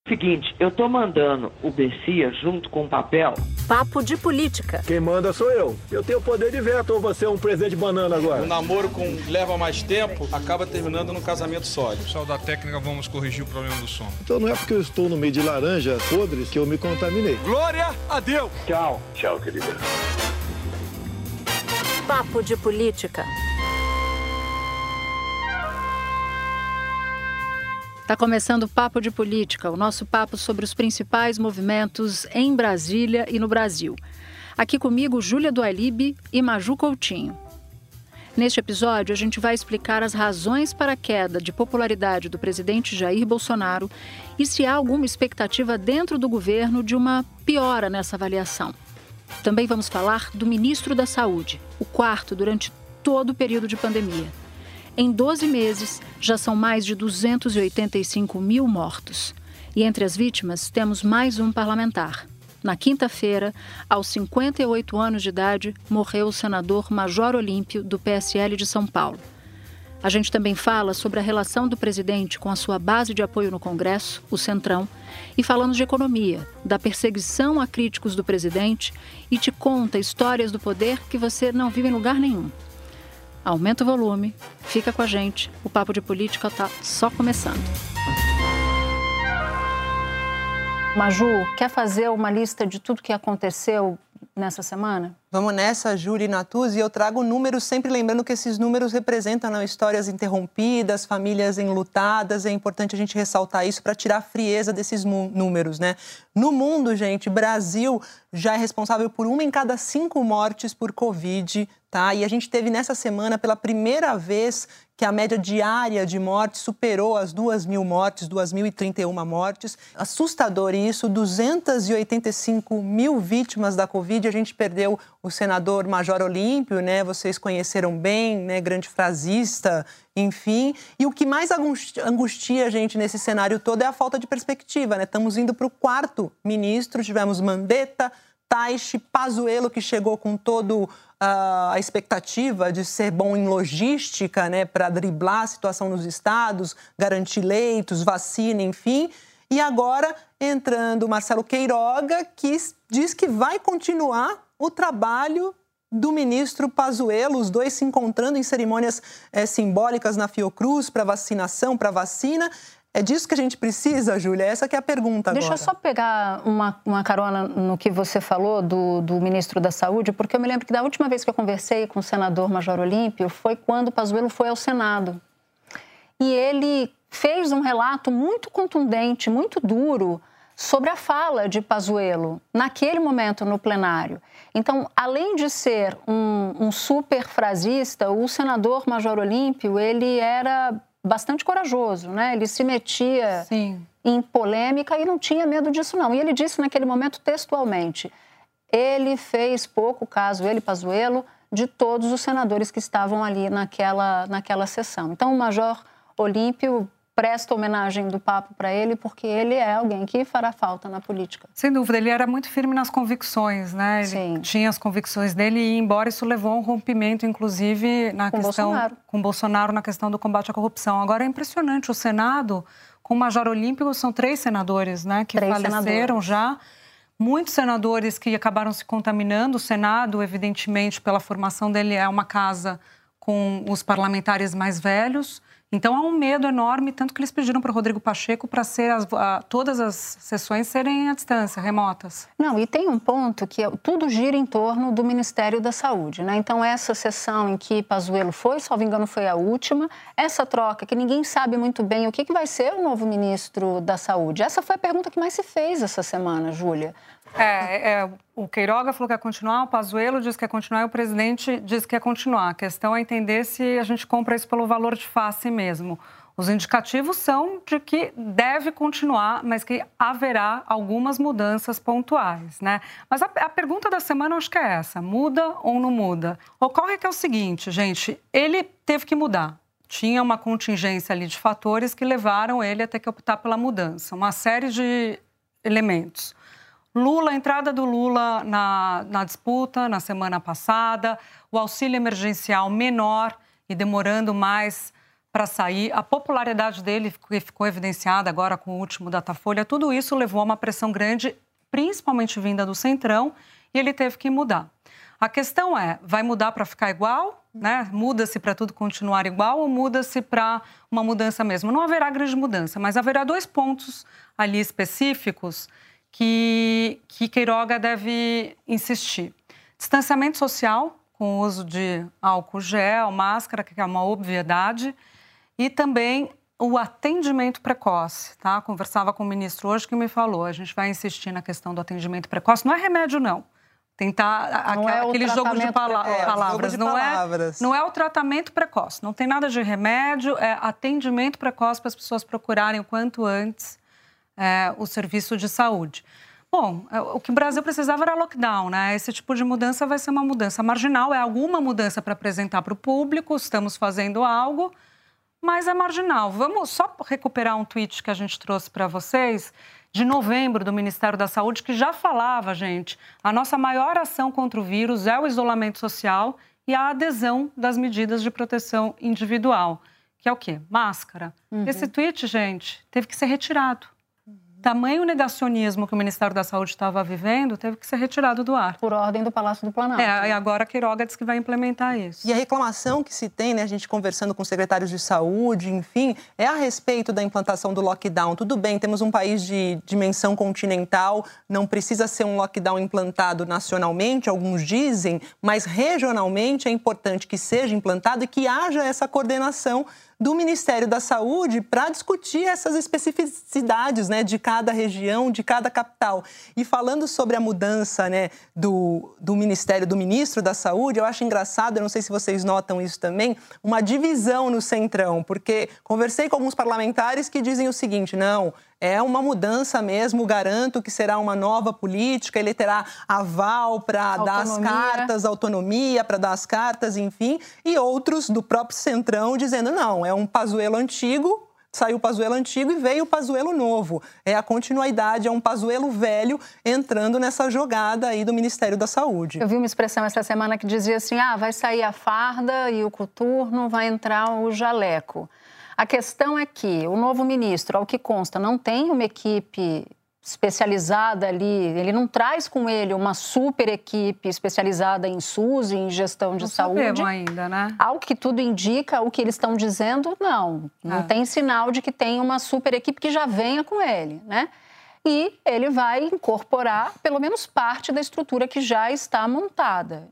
Seguinte, eu tô mandando o Bessia junto com o papel. Papo de política. Quem manda sou eu. Eu tenho poder de veto ou você é um presente de banana agora? O namoro leva mais tempo, acaba terminando num casamento sólido. Pessoal da técnica, vamos corrigir o problema do som. Então não é porque eu estou no meio de laranja podres que eu me contaminei. Glória a Deus! Tchau. Tchau, querida. Papo de política. Está começando o Papo de Política, o nosso papo sobre os principais movimentos em Brasília e no Brasil. Aqui comigo, Júlia Dualibe e Maju Coutinho. Neste episódio, a gente vai explicar as razões para a queda de popularidade do presidente Jair Bolsonaro e se há alguma expectativa dentro do governo de uma piora nessa avaliação. Também vamos falar do ministro da Saúde, o quarto durante todo o período de pandemia. Em 12 meses, já são mais de 285 mil mortos. E entre as vítimas, temos mais um parlamentar. Na quinta-feira, aos 58 anos de idade, morreu o senador Major Olímpio, do PSL de São Paulo. A gente também fala sobre a relação do presidente com a sua base de apoio no Congresso, o Centrão, e falamos de economia, da perseguição a críticos do presidente e te conta histórias do poder que você não vive em lugar nenhum. Aumenta o volume, fica com a gente, o Papo de Política está só começando. Maju, quer fazer uma lista de tudo que aconteceu nessa semana? Vamos nessa, Júlia Natuzzi, e eu trago números, sempre lembrando que esses números representam histórias interrompidas, famílias enlutadas, é importante a gente ressaltar isso para tirar a frieza desses números, né? No mundo, gente, Brasil já é responsável por 1 em cada 5 mortes por Covid, tá? E a gente teve nessa semana, pela primeira vez, que a média diária de mortes superou as 2.000 mortes, 2.031 mortes. Assustador isso, 285 mil vítimas da Covid, a gente perdeu o senador Major Olímpio, né? Vocês conheceram bem, né? Grande frasista, enfim. E o que mais angustia a gente nesse cenário todo é a falta de perspectiva, né? Estamos indo para o quarto ministro, tivemos Mandetta, Taixe, Pazuello, que chegou com todo a expectativa de ser bom em logística, né? Para driblar a situação nos estados, garantir leitos, vacina, enfim. E agora entrando Marcelo Queiroga, que diz que vai continuar o trabalho do ministro Pazuello, os dois se encontrando em cerimônias simbólicas na Fiocruz para vacinação, para vacina. É disso que a gente precisa, Júlia? Essa que é a pergunta agora. Deixa eu só pegar uma carona no que você falou do ministro da Saúde, porque eu me lembro que da última vez que eu conversei com o senador Major Olímpio foi quando o Pazuello foi ao Senado. E ele fez um relato muito contundente, muito duro, sobre a fala de Pazuello naquele momento no plenário. Então, além de ser um super frasista, o senador Major Olímpio, ele era bastante corajoso, né? Ele se metia em polêmica e não tinha medo disso, não. E ele disse naquele momento textualmente, ele fez pouco caso, ele, Pazuello, de todos os senadores que estavam ali naquela sessão. Então, o Major Olímpio presta homenagem do papo para ele, porque ele é alguém que fará falta na política. Sem dúvida, ele era muito firme nas convicções, né? Ele tinha as convicções dele e, embora isso levou a um rompimento, inclusive, com Bolsonaro na questão do combate à corrupção. Agora, é impressionante, o Senado, com o Major Olímpio, são 3 senadores, né? Que faleceram já. Muitos senadores que acabaram se contaminando. O Senado, evidentemente, pela formação dele, é uma casa com os parlamentares mais velhos. Então, há um medo enorme, tanto que eles pediram para o Rodrigo Pacheco para todas as sessões serem à distância, remotas. Não, e tem um ponto que tudo gira em torno do Ministério da Saúde, né? Então, essa sessão em que Pazuello foi, salvo engano, foi a última. Essa troca, que ninguém sabe muito bem o que vai ser o novo ministro da Saúde. Essa foi a pergunta que mais se fez essa semana, Júlia. O Queiroga falou que ia continuar, o Pazuello disse que ia continuar e o presidente disse que ia continuar. A questão é entender se a gente compra isso pelo valor de face mesmo. Os indicativos são de que deve continuar, mas que haverá algumas mudanças pontuais, né? Mas a pergunta da semana eu acho que é essa, muda ou não muda? Ocorre que é o seguinte, gente, ele teve que mudar. Tinha uma contingência ali de fatores que levaram ele a ter que optar pela mudança. Uma série de elementos. A entrada do Lula na disputa na semana passada, o auxílio emergencial menor e demorando mais para sair, a popularidade dele ficou evidenciada agora com o último Datafolha, tudo isso levou a uma pressão grande, principalmente vinda do Centrão, e ele teve que mudar. A questão é, vai mudar para ficar igual, né? Muda-se para tudo continuar igual ou muda-se para uma mudança mesmo? Não haverá grande mudança, mas haverá 2 pontos ali específicos que Queiroga deve insistir. Distanciamento social, com o uso de álcool gel, máscara, que é uma obviedade, e também o atendimento precoce, tá? Conversava com o ministro hoje que me falou, a gente vai insistir na questão do atendimento precoce, não é remédio não, tentar aquele jogo de palavras, não é o tratamento precoce, não tem nada de remédio, é atendimento precoce para as pessoas procurarem o quanto antes o serviço de saúde. Bom, o que o Brasil precisava era lockdown, né? Esse tipo de mudança vai ser uma mudança marginal, é alguma mudança para apresentar para o público, estamos fazendo algo, mas é marginal. Vamos só recuperar um tweet que a gente trouxe para vocês, de novembro, do Ministério da Saúde, que já falava, gente, a nossa maior ação contra o vírus é o isolamento social e a adesão das medidas de proteção individual, que é o quê? Máscara. Esse tweet, gente, teve que ser retirado. Tamanho negacionismo que o Ministério da Saúde estava vivendo teve que ser retirado do ar. Por ordem do Palácio do Planalto. E agora a Queiroga diz que vai implementar isso. E a reclamação que se tem, né, a gente conversando com secretários de saúde, enfim, é a respeito da implantação do lockdown. Tudo bem, temos um país de dimensão continental, não precisa ser um lockdown implantado nacionalmente, alguns dizem, mas regionalmente é importante que seja implantado e que haja essa coordenação do Ministério da Saúde para discutir essas especificidades, né, de cada região, de cada capital. E falando sobre a mudança, né, do Ministério, do Ministro da Saúde, eu acho engraçado, eu não sei se vocês notam isso também, uma divisão no Centrão, porque conversei com alguns parlamentares que dizem o seguinte, não, é uma mudança mesmo, garanto que será uma nova política, ele terá aval para dar as cartas, autonomia para dar as cartas, enfim. E outros do próprio Centrão dizendo, não, é um Pazuello antigo, saiu o Pazuello antigo e veio o Pazuello novo. É a continuidade, é um Pazuello velho entrando nessa jogada aí do Ministério da Saúde. Eu vi uma expressão essa semana que dizia assim, vai sair a farda e o coturno, vai entrar o jaleco. A questão é que o novo ministro, ao que consta, não tem uma equipe especializada ali, ele não traz com ele uma super equipe especializada em SUS, em gestão de saúde. Não sabemos ainda, né? Ao que tudo indica, o que eles estão dizendo, não tem sinal de que tem uma super equipe que já venha com ele, né? E ele vai incorporar pelo menos parte da estrutura que já está montada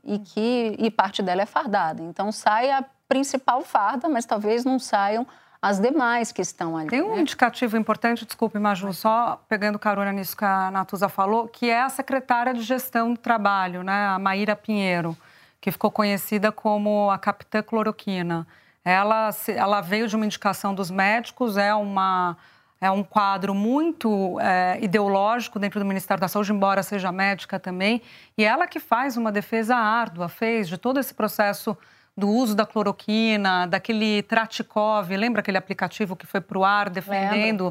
e parte dela é fardada. Então sai a principal farda, mas talvez não saiam as demais que estão ali. Tem um indicativo importante, desculpe, Maju, só pegando carona nisso que a Natuza falou, que é a secretária de Gestão do Trabalho, né, a Maíra Pinheiro, que ficou conhecida como a Capitã Cloroquina. Ela veio de uma indicação dos médicos, é um quadro muito ideológico dentro do Ministério da Saúde, embora seja médica também, e ela que faz uma defesa árdua, fez de todo esse processo do uso da cloroquina, daquele Tratikov, lembra aquele aplicativo que foi para o ar defendendo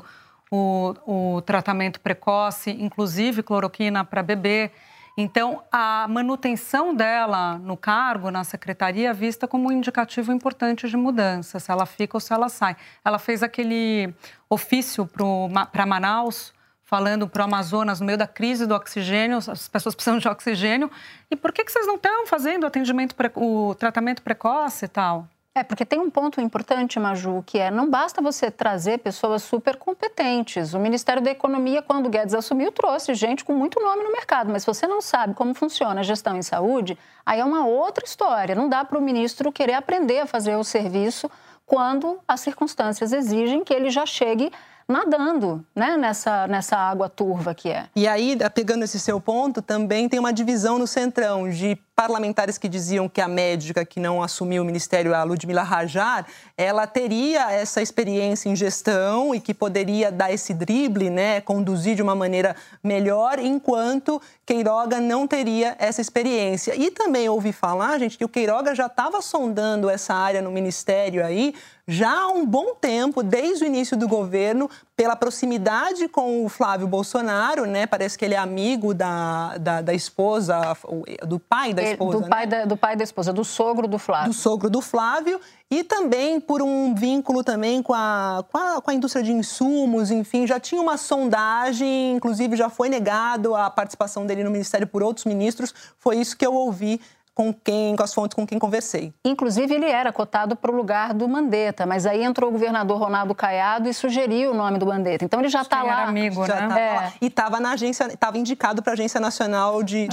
o tratamento precoce, inclusive cloroquina para bebê. Então, a manutenção dela no cargo, na secretaria, é vista como um indicativo importante de mudança, se ela fica ou se ela sai. Ela fez aquele ofício para Manaus, falando para o Amazonas, no meio da crise do oxigênio, as pessoas precisam de oxigênio. E por que vocês não estão fazendo o tratamento precoce e tal? Porque tem um ponto importante, Maju, que não basta você trazer pessoas super competentes. O Ministério da Economia, quando o Guedes assumiu, trouxe gente com muito nome no mercado. Mas se você não sabe como funciona a gestão em saúde, aí é uma outra história. Não dá para o ministro querer aprender a fazer o serviço quando as circunstâncias exigem que ele já chegue nadando, né, nessa água turva que é. E aí, pegando esse seu ponto, também tem uma divisão no Centrão de parlamentares que diziam que a médica que não assumiu o ministério, a Ludmila Rajar, ela teria essa experiência em gestão e que poderia dar esse drible, né, conduzir de uma maneira melhor, enquanto Queiroga não teria essa experiência. E também ouvi falar, gente, que o Queiroga já estava sondando essa área no ministério aí, já há um bom tempo, desde o início do governo, pela proximidade com o Flávio Bolsonaro, né? Parece que ele é amigo da esposa, do pai da esposa, do pai da esposa, do sogro do Flávio. Do sogro do Flávio, e também por um vínculo também com a indústria de insumos, enfim, já tinha uma sondagem, inclusive já foi negado a participação dele no Ministério por outros ministros, foi isso que eu ouvi com as fontes com quem conversei. Inclusive, ele era cotado para o lugar do Mandetta, mas aí entrou o governador Ronaldo Caiado e sugeriu o nome do Mandetta. Então, ele já está lá. Era amigo, já né? E estava na agência, estava indicado para a Agência Nacional de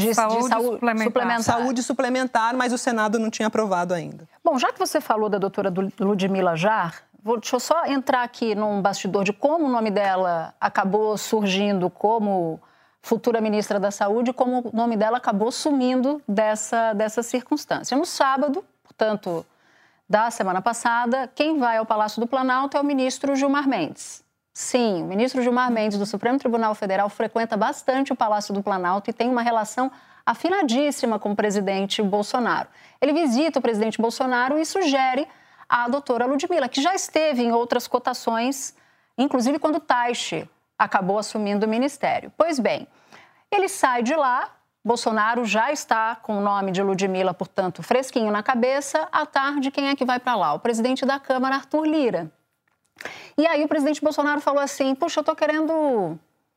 Saúde Suplementar, mas o Senado não tinha aprovado ainda. Bom, já que você falou da doutora Ludmila Jar, deixa eu só entrar aqui num bastidor de como o nome dela acabou surgindo como futura ministra da Saúde, como o nome dela acabou sumindo dessa circunstância. No sábado, portanto, da semana passada, quem vai ao Palácio do Planalto é o ministro Gilmar Mendes. Sim, o ministro Gilmar Mendes do Supremo Tribunal Federal frequenta bastante o Palácio do Planalto e tem uma relação afinadíssima com o presidente Bolsonaro. Ele visita o presidente Bolsonaro e sugere a doutora Ludmila, que já esteve em outras cotações, inclusive quando Taixe acabou assumindo o ministério. Pois bem, ele sai de lá, Bolsonaro já está com o nome de Ludmila, portanto, fresquinho na cabeça. À tarde, quem é que vai para lá? O presidente da Câmara, Arthur Lira. E aí o presidente Bolsonaro falou assim, puxa, eu tô querendo,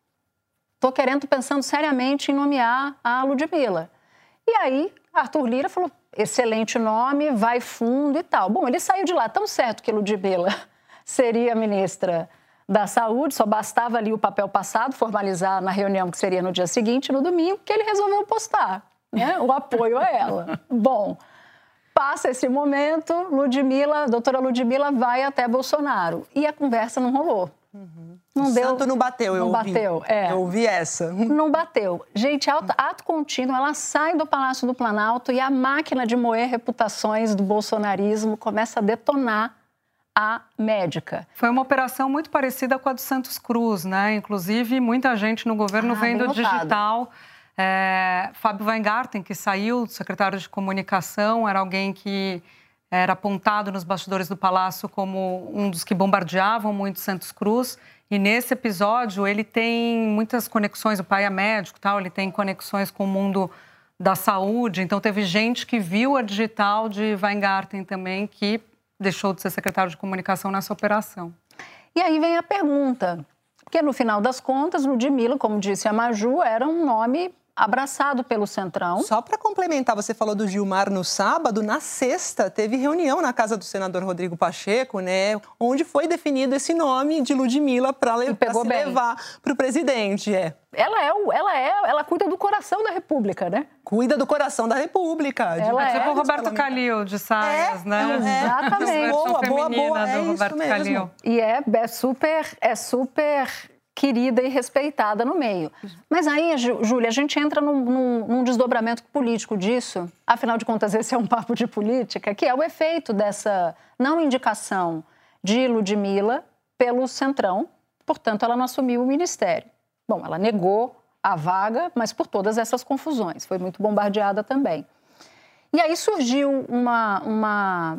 pensando seriamente em nomear a Ludmila. E aí, Arthur Lira falou, excelente nome, vai fundo e tal. Bom, ele saiu de lá, tão certo que Ludmila seria ministra da Saúde, só bastava ali o papel passado, formalizar na reunião que seria no dia seguinte, no domingo, que ele resolveu postar, né, o apoio a ela. Bom, passa esse momento, a doutora Ludmila vai até Bolsonaro e a conversa não rolou. Não deu, santo não bateu, eu ouvi. Eu ouvi essa. Não bateu. Gente, ato contínuo, ela sai do Palácio do Planalto e a máquina de moer reputações do bolsonarismo começa a detonar a médica. Foi uma operação muito parecida com a do Santos Cruz, né? Inclusive, muita gente no governo vem do digital. Fábio Weingarten, que saiu, secretário de comunicação, era alguém que era apontado nos bastidores do Palácio como um dos que bombardeavam muito Santos Cruz. E nesse episódio, ele tem muitas conexões, o pai é médico, tal, ele tem conexões com o mundo da saúde. Então, teve gente que viu a digital de Weingarten também, que deixou de ser secretário de comunicação nessa operação. E aí vem a pergunta, porque no final das contas, Ludmila, como disse a Maju, era um nome abraçado pelo Centrão. Só para complementar, você falou do Gilmar no sábado, na sexta teve reunião na casa do senador Rodrigo Pacheco, né, onde foi definido esse nome de Ludmila para se levar para o presidente. Ela cuida do coração da República, né? Cuida do coração da República. Ela é tipo o Roberto Calil de saias, né? Exatamente. Boa, do Roberto Calil. E é super querida e respeitada no meio. Mas aí, Júlia, a gente entra num desdobramento político disso. Afinal de contas, esse é um papo de política, que é o efeito dessa não indicação de Ludmila pelo Centrão. Portanto, ela não assumiu o ministério. Bom, ela negou a vaga, mas por todas essas confusões. Foi muito bombardeada também. E aí surgiu uma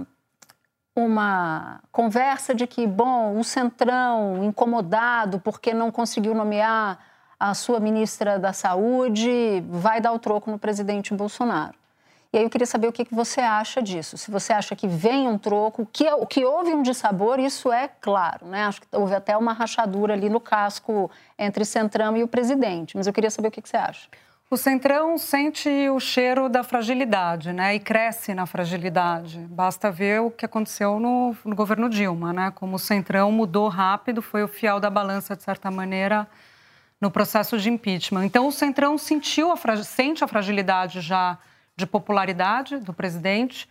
conversa de que, bom, o Centrão, incomodado porque não conseguiu nomear a sua ministra da Saúde, vai dar o troco no presidente Bolsonaro. E aí eu queria saber o que você acha disso. Se você acha que vem um troco, que houve um dissabor, isso é claro, né? Acho que houve até uma rachadura ali no casco entre Centrão e o presidente. Mas eu queria saber o que você acha. O Centrão sente o cheiro da fragilidade, né? E cresce na fragilidade. Basta ver o que aconteceu no governo Dilma, né? Como o Centrão mudou rápido, foi o fiel da balança, de certa maneira, no processo de impeachment. Então, o Centrão sente a fragilidade já de popularidade do presidente,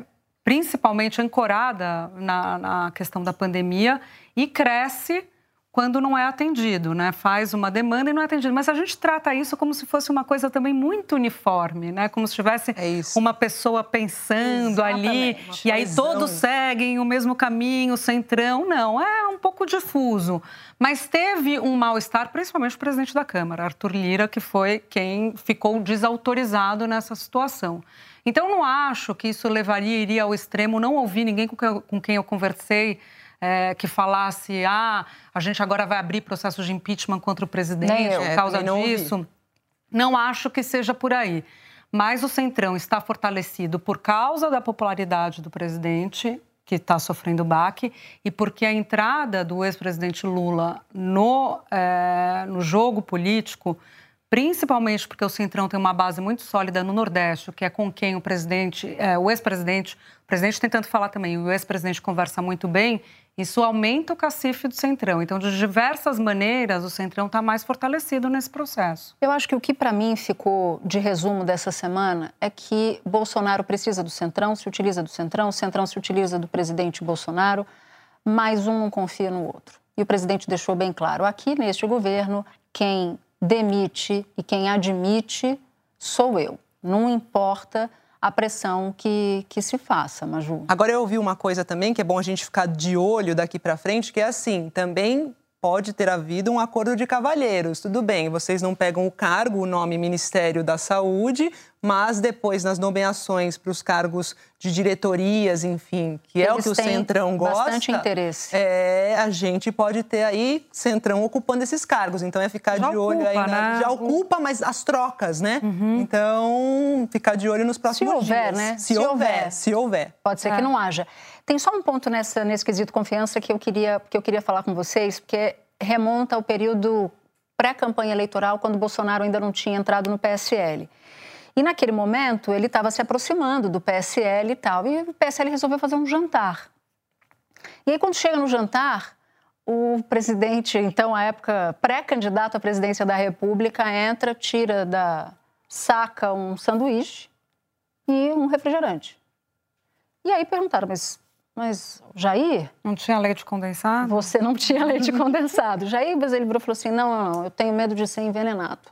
principalmente ancorada na questão da pandemia, e cresce quando não é atendido, né? Faz uma demanda e não é atendido. Mas a gente trata isso como se fosse uma coisa também muito uniforme, né? Como se tivesse uma pessoa pensando ali e aí todos seguem o mesmo caminho, o centrão. Não, é um pouco difuso. Mas teve um mal-estar, principalmente o presidente da Câmara, Arthur Lira, que foi quem ficou desautorizado nessa situação. Então, não acho que isso iria ao extremo. Não ouvi ninguém com quem eu conversei que falasse, a gente agora vai abrir processo de impeachment contra o presidente por causa disso. Não acho que seja por aí. Mas o Centrão está fortalecido por causa da popularidade do presidente, que está sofrendo baque, e porque a entrada do ex-presidente Lula no jogo político, principalmente porque o Centrão tem uma base muito sólida no Nordeste, que é com quem o ex-presidente tem tanto falar também, o ex-presidente conversa muito bem, isso aumenta o cacife do Centrão. Então, de diversas maneiras, o Centrão está mais fortalecido nesse processo. Eu acho que o que, para mim, ficou de resumo dessa semana é que Bolsonaro precisa do Centrão, se utiliza do Centrão, o Centrão se utiliza do presidente Bolsonaro, mas um não confia no outro. E o presidente deixou bem claro, aqui neste governo, quem demite e quem admite sou eu. Não importa a pressão que se faça, Maju. Agora eu ouvi uma coisa também que é bom a gente ficar de olho daqui para frente, que é assim, também pode ter havido um acordo de cavalheiros. Tudo bem, vocês não pegam o cargo, o nome Ministério da Saúde, mas depois nas nomeações para os cargos de diretorias, enfim, que é o que o Centrão gosta. Bastante interesse. A gente pode ter aí Centrão ocupando esses cargos. Então é ficar de olho aí. Já ocupa, mas as trocas, né? Então, ficar de olho nos próximos dias. Né? Se houver. Pode ser que não haja. Tem só um ponto nesse quesito confiança que eu queria falar com vocês, porque remonta ao período pré-campanha eleitoral, quando Bolsonaro ainda não tinha entrado no PSL. E naquele momento ele estava se aproximando do PSL e tal, e o PSL resolveu fazer um jantar. E aí quando chega no jantar, o presidente, então à época pré-candidato à presidência da República, entra, saca um sanduíche e um refrigerante. E aí perguntaram, mas Jair... Não tinha leite condensado? Você não tinha leite condensado. Jair, mas ele falou assim, não, eu tenho medo de ser envenenado.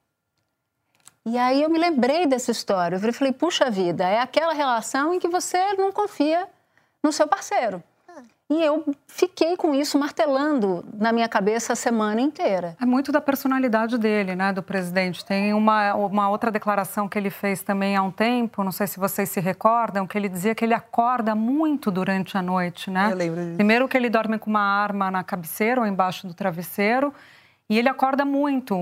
E aí eu me lembrei dessa história. Eu falei, puxa vida, é aquela relação em que você não confia no seu parceiro. E eu fiquei com isso martelando na minha cabeça a semana inteira. É muito da personalidade dele, né, do presidente. Tem uma outra declaração que ele fez também há um tempo, não sei se vocês se recordam, que ele dizia que ele acorda muito durante a noite, né? Eu lembro disso. Primeiro que ele dorme com uma arma na cabeceira ou embaixo do travesseiro, e ele acorda muito,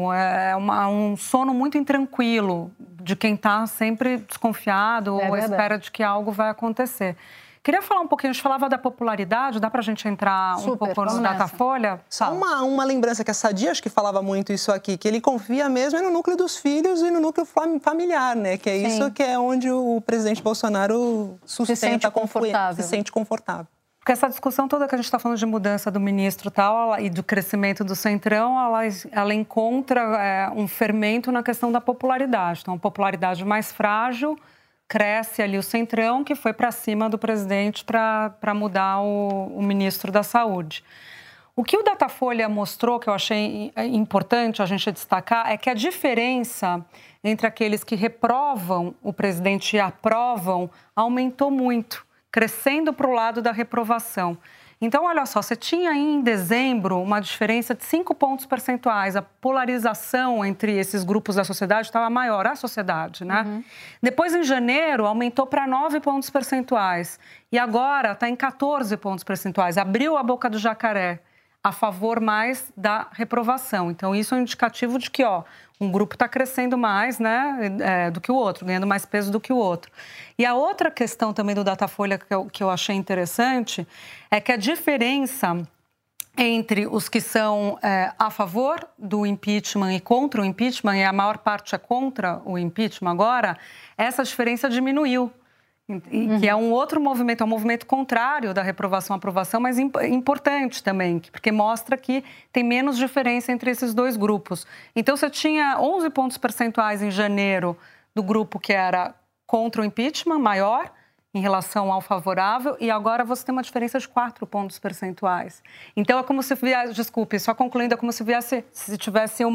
um sono muito intranquilo de quem está sempre desconfiado ou à espera de que algo vai acontecer. Queria falar um pouquinho, a gente falava da popularidade, dá pra gente entrar um pouco no Datafolha? Só uma lembrança que a Sadia acho que falava muito isso aqui, que ele confia mesmo no núcleo dos filhos e no núcleo familiar, né? Que é isso que é onde o presidente Bolsonaro se sente confortável. Porque essa discussão toda que a gente está falando de mudança do ministro e do crescimento do Centrão, ela encontra um fermento na questão da popularidade. Então, a popularidade mais frágil, cresce ali o Centrão, que foi para cima do presidente para mudar o ministro da Saúde. O que o Datafolha mostrou, que eu achei importante a gente destacar, é que a diferença entre aqueles que reprovam o presidente e aprovam aumentou muito, crescendo para o lado da reprovação. Então, olha só, você tinha aí em dezembro uma diferença de 5 pontos percentuais. A polarização entre esses grupos da sociedade estava maior, a sociedade, né? Depois, em janeiro, aumentou para 9 pontos percentuais. E agora está em 14 pontos percentuais. Abriu a boca do jacaré a favor mais da reprovação. Então, isso é um indicativo de que, um grupo está crescendo mais, né, do que o outro, ganhando mais peso do que o outro. E a outra questão também do Datafolha que eu achei interessante é que a diferença entre os que são a favor do impeachment e contra o impeachment, e a maior parte é contra o impeachment agora, essa diferença diminuiu. Que é um outro movimento, é um movimento contrário da reprovação à aprovação, mas importante também, porque mostra que tem menos diferença entre esses dois grupos. Então, você tinha 11 pontos percentuais em janeiro do grupo que era contra o impeachment, maior, em relação ao favorável, e agora você tem uma diferença de 4 pontos percentuais. Então, é como se viesse, desculpe, só concluindo, é como se tivesse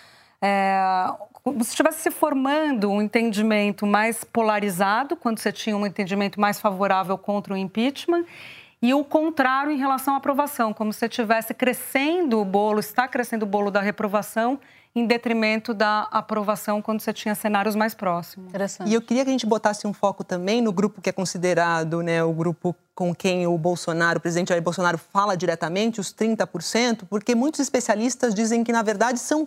como se estivesse se formando um entendimento mais polarizado, quando você tinha um entendimento mais favorável contra o impeachment, e o contrário em relação à aprovação, como se estivesse crescendo o bolo, está crescendo o bolo da reprovação, em detrimento da aprovação quando você tinha cenários mais próximos. E eu queria que a gente botasse um foco também no grupo que é considerado, né, o grupo com quem o presidente Jair Bolsonaro fala diretamente, os 30%, porque muitos especialistas dizem que, na verdade, são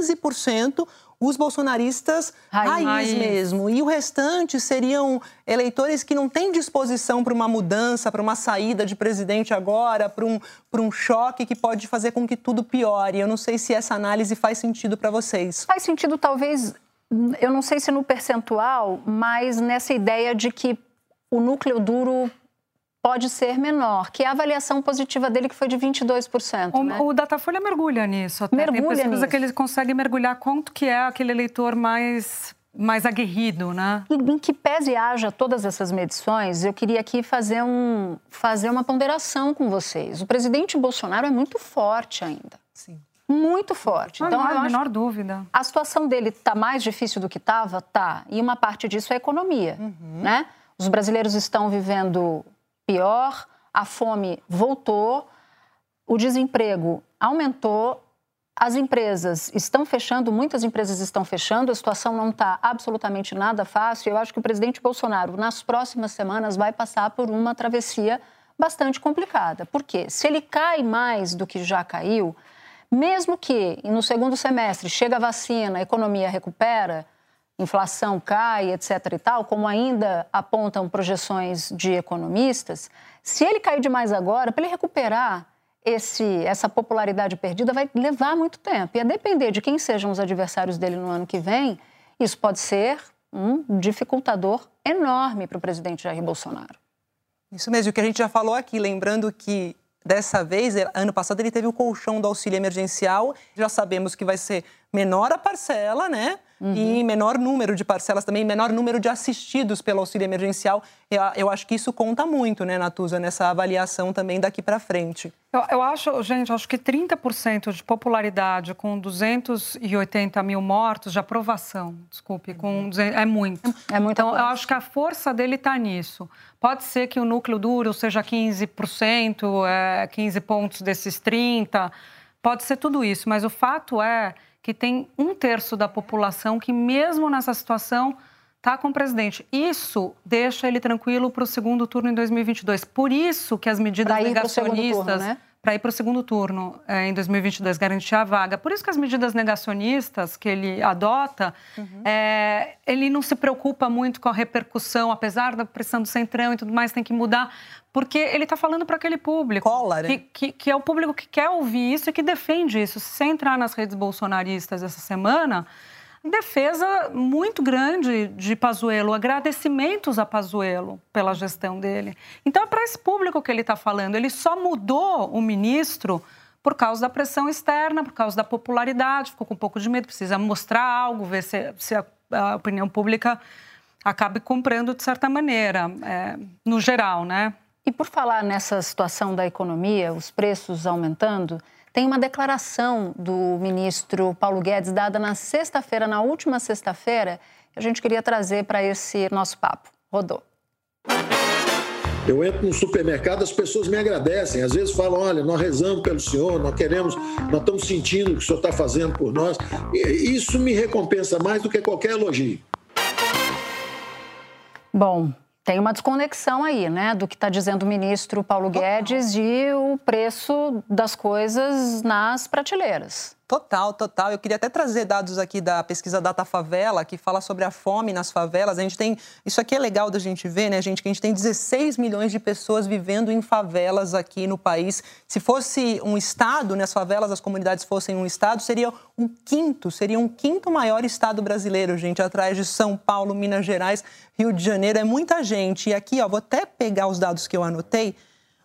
15% os bolsonaristas raiz mesmo. E o restante seriam eleitores que não têm disposição para uma mudança, para uma saída de presidente agora, para um choque que pode fazer com que tudo piore. Eu não sei se essa análise faz sentido para vocês. Faz sentido, talvez, eu não sei se no percentual, mas nessa ideia de que o núcleo duro pode ser menor, que é a avaliação positiva dele, que foi de 22%. Né? O Datafolha mergulha nisso. Até. Tem pesquisa que ele consegue mergulhar quanto que é aquele eleitor mais aguerrido, né? Em que pese haja todas essas medições, eu queria aqui fazer uma ponderação com vocês. O presidente Bolsonaro é muito forte ainda. Sim. Muito forte. Então, não há a menor dúvida. A situação dele está mais difícil do que estava? Tá. E uma parte disso é a economia, né? Os brasileiros estão vivendo pior, a fome voltou, o desemprego aumentou, as empresas estão fechando, muitas empresas estão fechando, a situação não está absolutamente nada fácil. Eu acho que o presidente Bolsonaro, nas próximas semanas, vai passar por uma travessia bastante complicada. Por quê? Se ele cai mais do que já caiu, mesmo que no segundo semestre chega a vacina, a economia recupera, inflação cai, etc. e tal, como ainda apontam projeções de economistas, se ele cair demais agora, para ele recuperar essa popularidade perdida, vai levar muito tempo. E a depender de quem sejam os adversários dele no ano que vem, isso pode ser um dificultador enorme para o presidente Jair Bolsonaro. Isso mesmo, o que a gente já falou aqui, lembrando que dessa vez, ano passado, ele teve o colchão do auxílio emergencial. Já sabemos que vai ser menor a parcela, né? E menor número de parcelas também, menor número de assistidos pelo auxílio emergencial. Eu acho que isso conta muito, né, Natuza, nessa avaliação também daqui para frente. Eu acho que 30% de popularidade com 280 mil mortos, de aprovação, desculpe, é muito. É muito. Então, eu acho que a força dele está nisso. Pode ser que o núcleo duro seja 15%, 15 pontos desses 30%, pode ser tudo isso, mas o fato é que tem 1/3 da população que, mesmo nessa situação, está com o presidente. Isso deixa ele tranquilo para o segundo turno em 2022. Por isso que as medidas negacionistas... Para ir para o segundo turno em 2022, garantir a vaga. Por isso que as medidas negacionistas que ele adota, ele não se preocupa muito com a repercussão, apesar da pressão do Centrão e tudo mais, tem que mudar, porque ele está falando para aquele público. Cola, né? Que é o público que quer ouvir isso e que defende isso. Se você entrar nas redes bolsonaristas essa semana, defesa muito grande de Pazuello, agradecimentos a Pazuello pela gestão dele. Então, é para esse público que ele está falando. Ele só mudou o ministro por causa da pressão externa, por causa da popularidade, ficou com um pouco de medo, precisa mostrar algo, ver se a opinião pública acabe comprando de certa maneira, no geral, né? E por falar nessa situação da economia, os preços aumentando, tem uma declaração do ministro Paulo Guedes dada na última sexta-feira, que a gente queria trazer para esse nosso papo. Rodou. Eu entro no supermercado, as pessoas me agradecem. Às vezes falam, olha, nós rezamos pelo senhor, nós estamos sentindo o que o senhor está fazendo por nós. E isso me recompensa mais do que qualquer elogio. Bom, tem uma desconexão aí, né, do que está dizendo o ministro Paulo Guedes e o preço das coisas nas prateleiras. Total. Eu queria até trazer dados aqui da pesquisa Datafavela, que fala sobre a fome nas favelas. Isso aqui é legal da gente ver, né, gente? Que a gente tem 16 milhões de pessoas vivendo em favelas aqui no país. Se fosse um estado, né, as favelas, as comunidades fossem um estado, seria um quinto maior estado brasileiro, gente, atrás de São Paulo, Minas Gerais, Rio de Janeiro. É muita gente. E aqui, ó, vou até pegar os dados que eu anotei.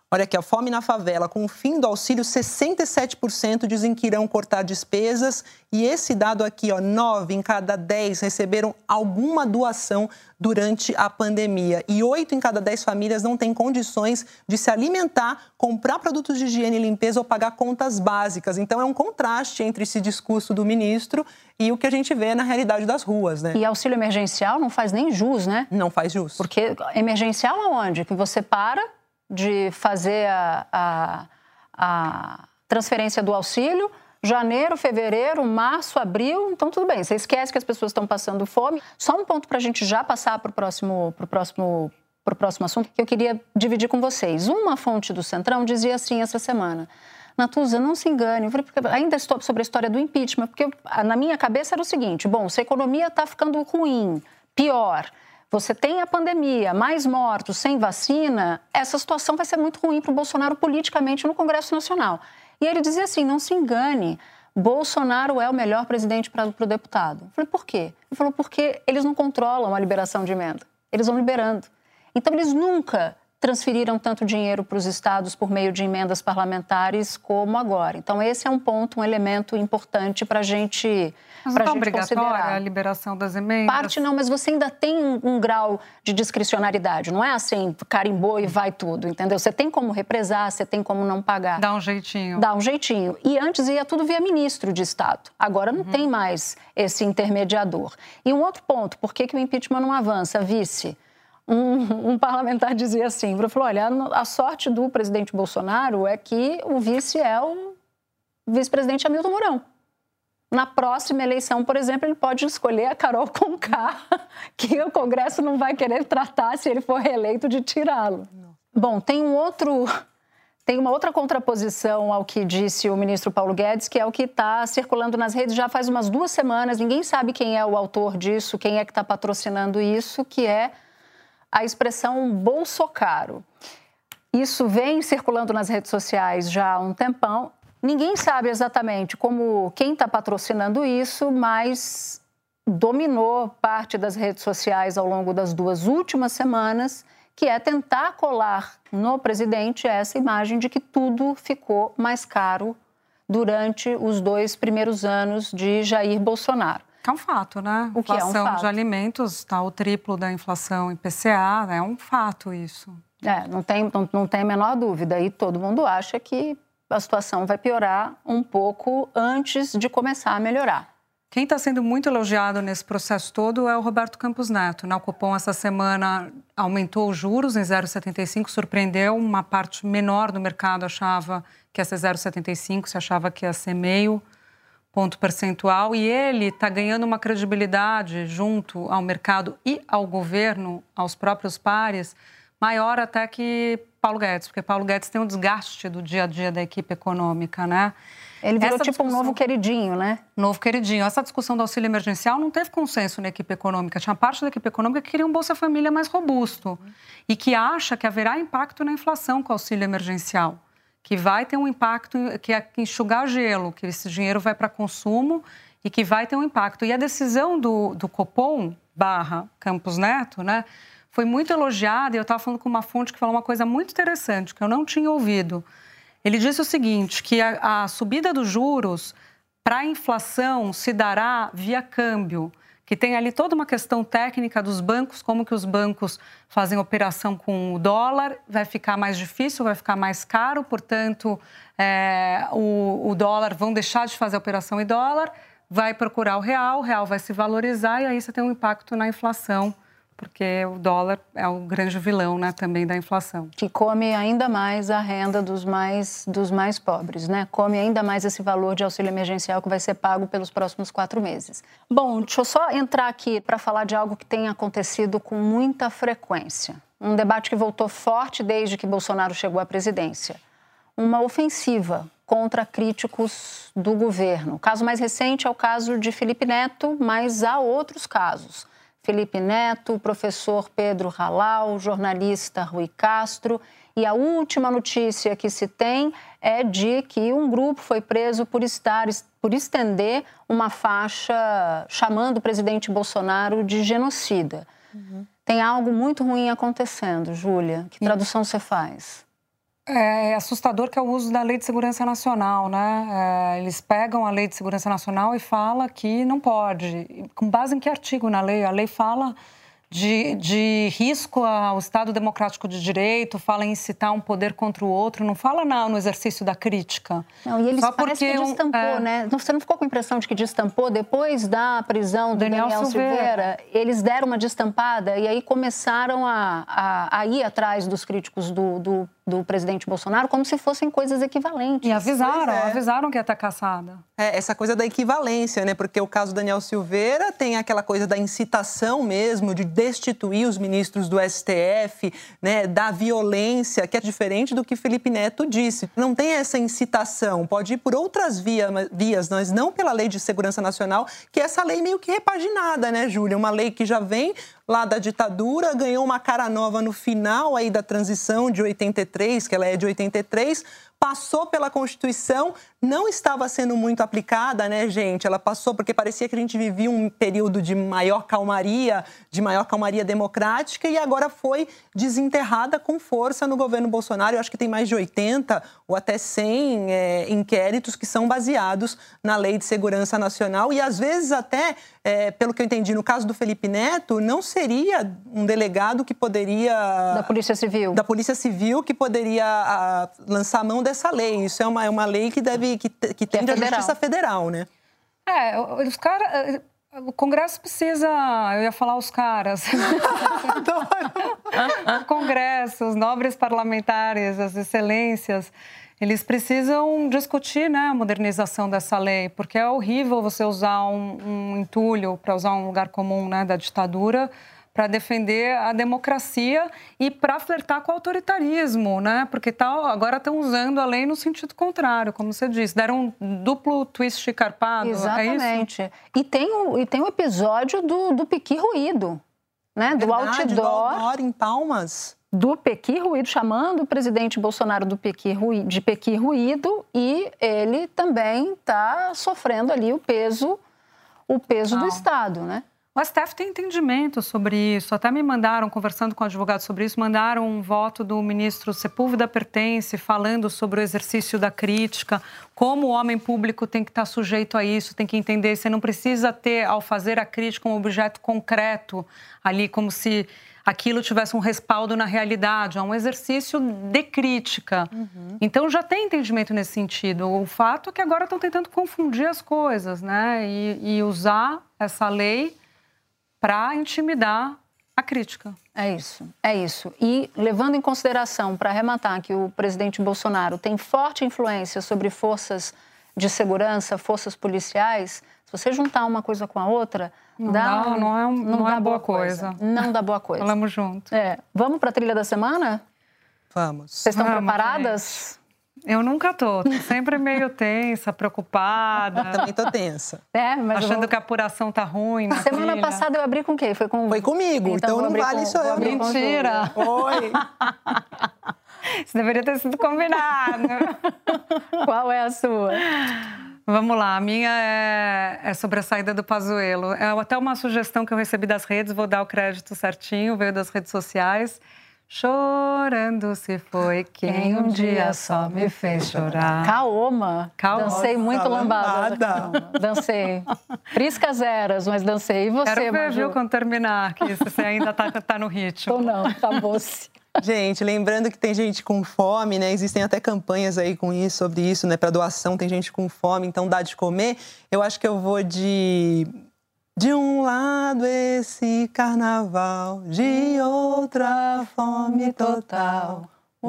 Olha aqui, a fome na favela. Com o fim do auxílio, 67% dizem que irão cortar despesas. E esse dado aqui, 9 em cada 10 receberam alguma doação durante a pandemia. E 8 em cada 10 famílias não têm condições de se alimentar, comprar produtos de higiene e limpeza ou pagar contas básicas. Então, é um contraste entre esse discurso do ministro e o que a gente vê na realidade das ruas, né? E auxílio emergencial não faz nem jus, né? Não faz jus. Porque emergencial aonde? Que você para de fazer a transferência do auxílio, janeiro, fevereiro, março, abril, então tudo bem. Você esquece que as pessoas estão passando fome. Só um ponto para a gente já passar para o próximo assunto que eu queria dividir com vocês. Uma fonte do Centrão dizia assim essa semana: Natuza, não se engane, eu falei, porque ainda estou sobre a história do impeachment, porque na minha cabeça era o seguinte: bom, se a economia está ficando ruim, pior, você tem a pandemia, mais mortos, sem vacina, essa situação vai ser muito ruim para o Bolsonaro politicamente no Congresso Nacional. E ele dizia assim, não se engane, Bolsonaro é o melhor presidente para o deputado. Eu falei, por quê? Ele falou, porque eles não controlam a liberação de emenda, eles vão liberando. Então, eles nunca transferiram tanto dinheiro para os estados por meio de emendas parlamentares como agora. Então, esse é um ponto, um elemento importante para a gente obrigatória a liberação das emendas? Parte não, mas você ainda tem um grau de discricionariedade. Não é assim, carimbou e vai tudo, entendeu? Você tem como represar, você tem como não pagar. Dá um jeitinho. Dá um jeitinho. E antes ia tudo via ministro de Estado. Agora não tem mais esse intermediador. E um outro ponto, por que o impeachment não avança? Vice. Um parlamentar dizia assim, falou, olha, a sorte do presidente Bolsonaro é que o vice é o vice-presidente Hamilton Mourão. Na próxima eleição, por exemplo, ele pode escolher a Carol Conká, que o Congresso não vai querer tratar, se ele for reeleito, de tirá-lo. Bom, tem uma outra contraposição ao que disse o ministro Paulo Guedes, que é o que está circulando nas redes já faz umas 2 semanas. Ninguém sabe quem é o autor disso, quem é que está patrocinando isso, que é a expressão bolsocaro. Isso vem circulando nas redes sociais já há um tempão. Ninguém sabe exatamente quem está patrocinando isso, mas dominou parte das redes sociais ao longo das 2 últimas semanas, que é tentar colar no presidente essa imagem de que tudo ficou mais caro durante os 2 primeiros anos de Jair Bolsonaro. É um fato, né? O que é um fato? De alimentos está o triplo da inflação IPCA, é um fato isso. Não tem a menor dúvida. E todo mundo acha que a situação vai piorar um pouco antes de começar a melhorar. Quem está sendo muito elogiado nesse processo todo é o Roberto Campos Neto. O Copom, essa semana, aumentou os juros em 0,75, surpreendeu. Uma parte menor do mercado achava que ia ser 0,75, se achava que ia ser meio ponto percentual, e ele está ganhando uma credibilidade junto ao mercado e ao governo, aos próprios pares, maior até que Paulo Guedes, porque Paulo Guedes tem um desgaste do dia a dia da equipe econômica, né? Ele virou um novo queridinho, né? Novo queridinho. Essa discussão do auxílio emergencial não teve consenso na equipe econômica. Tinha parte da equipe econômica que queria um Bolsa Família mais robusto e que acha que haverá impacto na inflação com o auxílio emergencial, que vai ter um impacto, que é enxugar gelo, que esse dinheiro vai para consumo e que vai ter um impacto. E a decisão do Copom / Campos Neto, né, foi muito elogiada, e eu estava falando com uma fonte que falou uma coisa muito interessante, que eu não tinha ouvido. Ele disse o seguinte, que a subida dos juros para a inflação se dará via câmbio, que tem ali toda uma questão técnica dos bancos, como que os bancos fazem operação com o dólar, vai ficar mais difícil, vai ficar mais caro, portanto, o dólar, vão deixar de fazer a operação em dólar, vai procurar o real vai se valorizar e aí você tem um impacto na inflação, porque o dólar é o grande vilão, né, também da inflação. Que come ainda mais a renda dos mais pobres, né? Come ainda mais esse valor de auxílio emergencial que vai ser pago pelos próximos 4 meses. Bom, deixa eu só entrar aqui para falar de algo que tem acontecido com muita frequência. Um debate que voltou forte desde que Bolsonaro chegou à presidência. Uma ofensiva contra críticos do governo. O caso mais recente é o caso de Felipe Neto, mas há outros casos. Felipe Neto, o professor Pedro Halal, o jornalista Rui Castro. E a última notícia que se tem é de que um grupo foi preso por estender uma faixa chamando o presidente Bolsonaro de genocida. Tem algo muito ruim acontecendo, Júlia. Que tradução você faz? É assustador que é o uso da Lei de Segurança Nacional, né? Eles pegam a Lei de Segurança Nacional e falam que não pode. Com base em que artigo na lei? A lei fala de risco ao Estado Democrático de Direito, fala em incitar um poder contra o outro, não fala no exercício da crítica. Não, e eles parece que destampou, né? Você não ficou com a impressão de que destampou depois da prisão do Daniel Silveira? Eles deram uma destampada e aí começaram a ir atrás dos críticos do presidente Bolsonaro como se fossem coisas equivalentes. E avisaram que ia estar caçada. Essa coisa da equivalência, né? Porque o caso Daniel Silveira tem aquela coisa da incitação mesmo, de destituir os ministros do STF, né? Da violência, que é diferente do que Felipe Neto disse. Não tem essa incitação, pode ir por outras vias, mas não pela Lei de Segurança Nacional, que é essa lei meio que repaginada, né, Júlia? Uma lei que já vem lá da ditadura, ganhou uma cara nova no final aí da transição de 83, que ela é de 83, passou pela Constituição, não estava sendo muito aplicada, né, gente? Ela passou porque parecia que a gente vivia um período de maior calmaria democrática e agora foi desenterrada com força no governo Bolsonaro. Eu acho que tem mais de 80 ou até 100 inquéritos que são baseados na Lei de Segurança Nacional e, às vezes, até, pelo que eu entendi, no caso do Felipe Neto, não seria um delegado que poderia... Da Polícia Civil. Da Polícia Civil que poderia lançar a mão dessa lei. Isso é uma lei que tende à Justiça Federal, né? Os caras... O Congresso precisa... Eu ia falar os caras. O Congresso, os nobres parlamentares, as excelências, eles precisam discutir, né, a modernização dessa lei, porque é horrível você usar um entulho para usar um lugar comum, né, da ditadura para defender a democracia e para flertar com o autoritarismo, né? Porque agora estão usando a lei no sentido contrário, como você disse. Deram um duplo twist carpado. Exatamente. É isso? E tem o episódio do Pequi Ruído, né? Do outdoor em Palmas. Do Pequi Ruído, chamando o presidente Bolsonaro de Pequi Ruído, e ele também está sofrendo ali o peso do Estado, né? O STF tem entendimento sobre isso. Até me mandaram, conversando com o advogado sobre isso, mandaram um voto do ministro Sepúlveda Pertence falando sobre o exercício da crítica, como o homem público tem que estar sujeito a isso, tem que entender. Você não precisa ter, ao fazer a crítica, um objeto concreto ali, como se aquilo tivesse um respaldo na realidade. É um exercício de crítica. Uhum. Então, já tem entendimento nesse sentido. O fato é que agora estão tentando confundir as coisas, né? E usar essa lei para intimidar a crítica. É isso. E levando em consideração, para arrematar, que o presidente Bolsonaro tem forte influência sobre forças de segurança, forças policiais, se você juntar uma coisa com a outra, não dá boa coisa. Não dá boa coisa. Falamos junto. Vamos para a trilha da semana? Vamos. Vocês estão preparadas? Gente. Eu nunca tô sempre meio tensa, preocupada. Também tô tensa. Mas achando que a apuração tá ruim. Semana passada eu abri com quem? Foi comigo, então não vale isso aí. Mentira. Foi. Isso deveria ter sido combinado. Qual é a sua? Vamos lá, a minha é sobre a saída do Pazuello. É até uma sugestão que eu recebi das redes, vou dar o crédito certinho, veio das redes sociais. Chorando se foi quem um dia só me fez chorar. Kaoma. Dancei muito lambada. Dancei. Priscas eras, mas dancei. E você, Quero ver, viu, quando terminar, que você ainda tá no ritmo. Tô não, acabou-se. Gente, lembrando que tem gente com fome, né? Existem até campanhas aí sobre isso, né? Para doação, tem gente com fome, então dá de comer. Eu acho que eu vou de um lado esse carnaval, de outra fome total.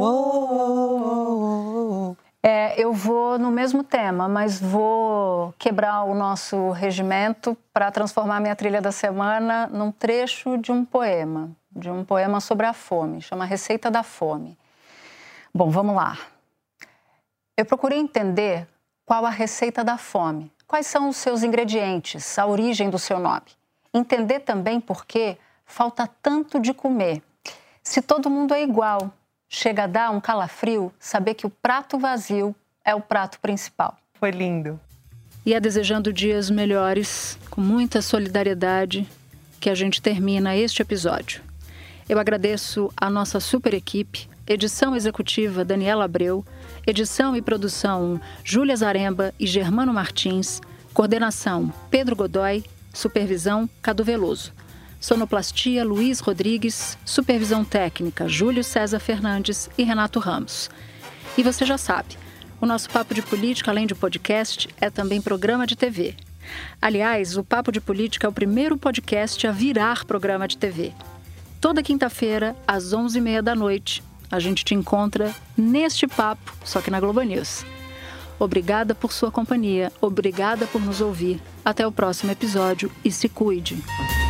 Eu vou no mesmo tema, mas vou quebrar o nosso regimento para transformar minha trilha da semana num trecho de um poema sobre a fome, chama Receita da Fome. Bom, vamos lá. Eu procurei entender qual a receita da fome. Quais são os seus ingredientes, a origem do seu nome? Entender também por que falta tanto de comer. Se todo mundo é igual, chega a dar um calafrio saber que o prato vazio é o prato principal. Foi lindo. E é desejando dias melhores, com muita solidariedade, que a gente termina este episódio. Eu agradeço a nossa super equipe, edição executiva Daniela Abreu, edição e produção Júlia Zaremba e Germano Martins, coordenação Pedro Godoy, supervisão Cadu Veloso. Sonoplastia Luiz Rodrigues, supervisão técnica Júlio César Fernandes e Renato Ramos. E você já sabe, o nosso Papo de Política, além de podcast, é também programa de TV. Aliás, o Papo de Política é o primeiro podcast a virar programa de TV. Toda quinta-feira, às 11h30 da noite, a gente te encontra neste papo, só que na Globo News. Obrigada por sua companhia, obrigada por nos ouvir. Até o próximo episódio e se cuide.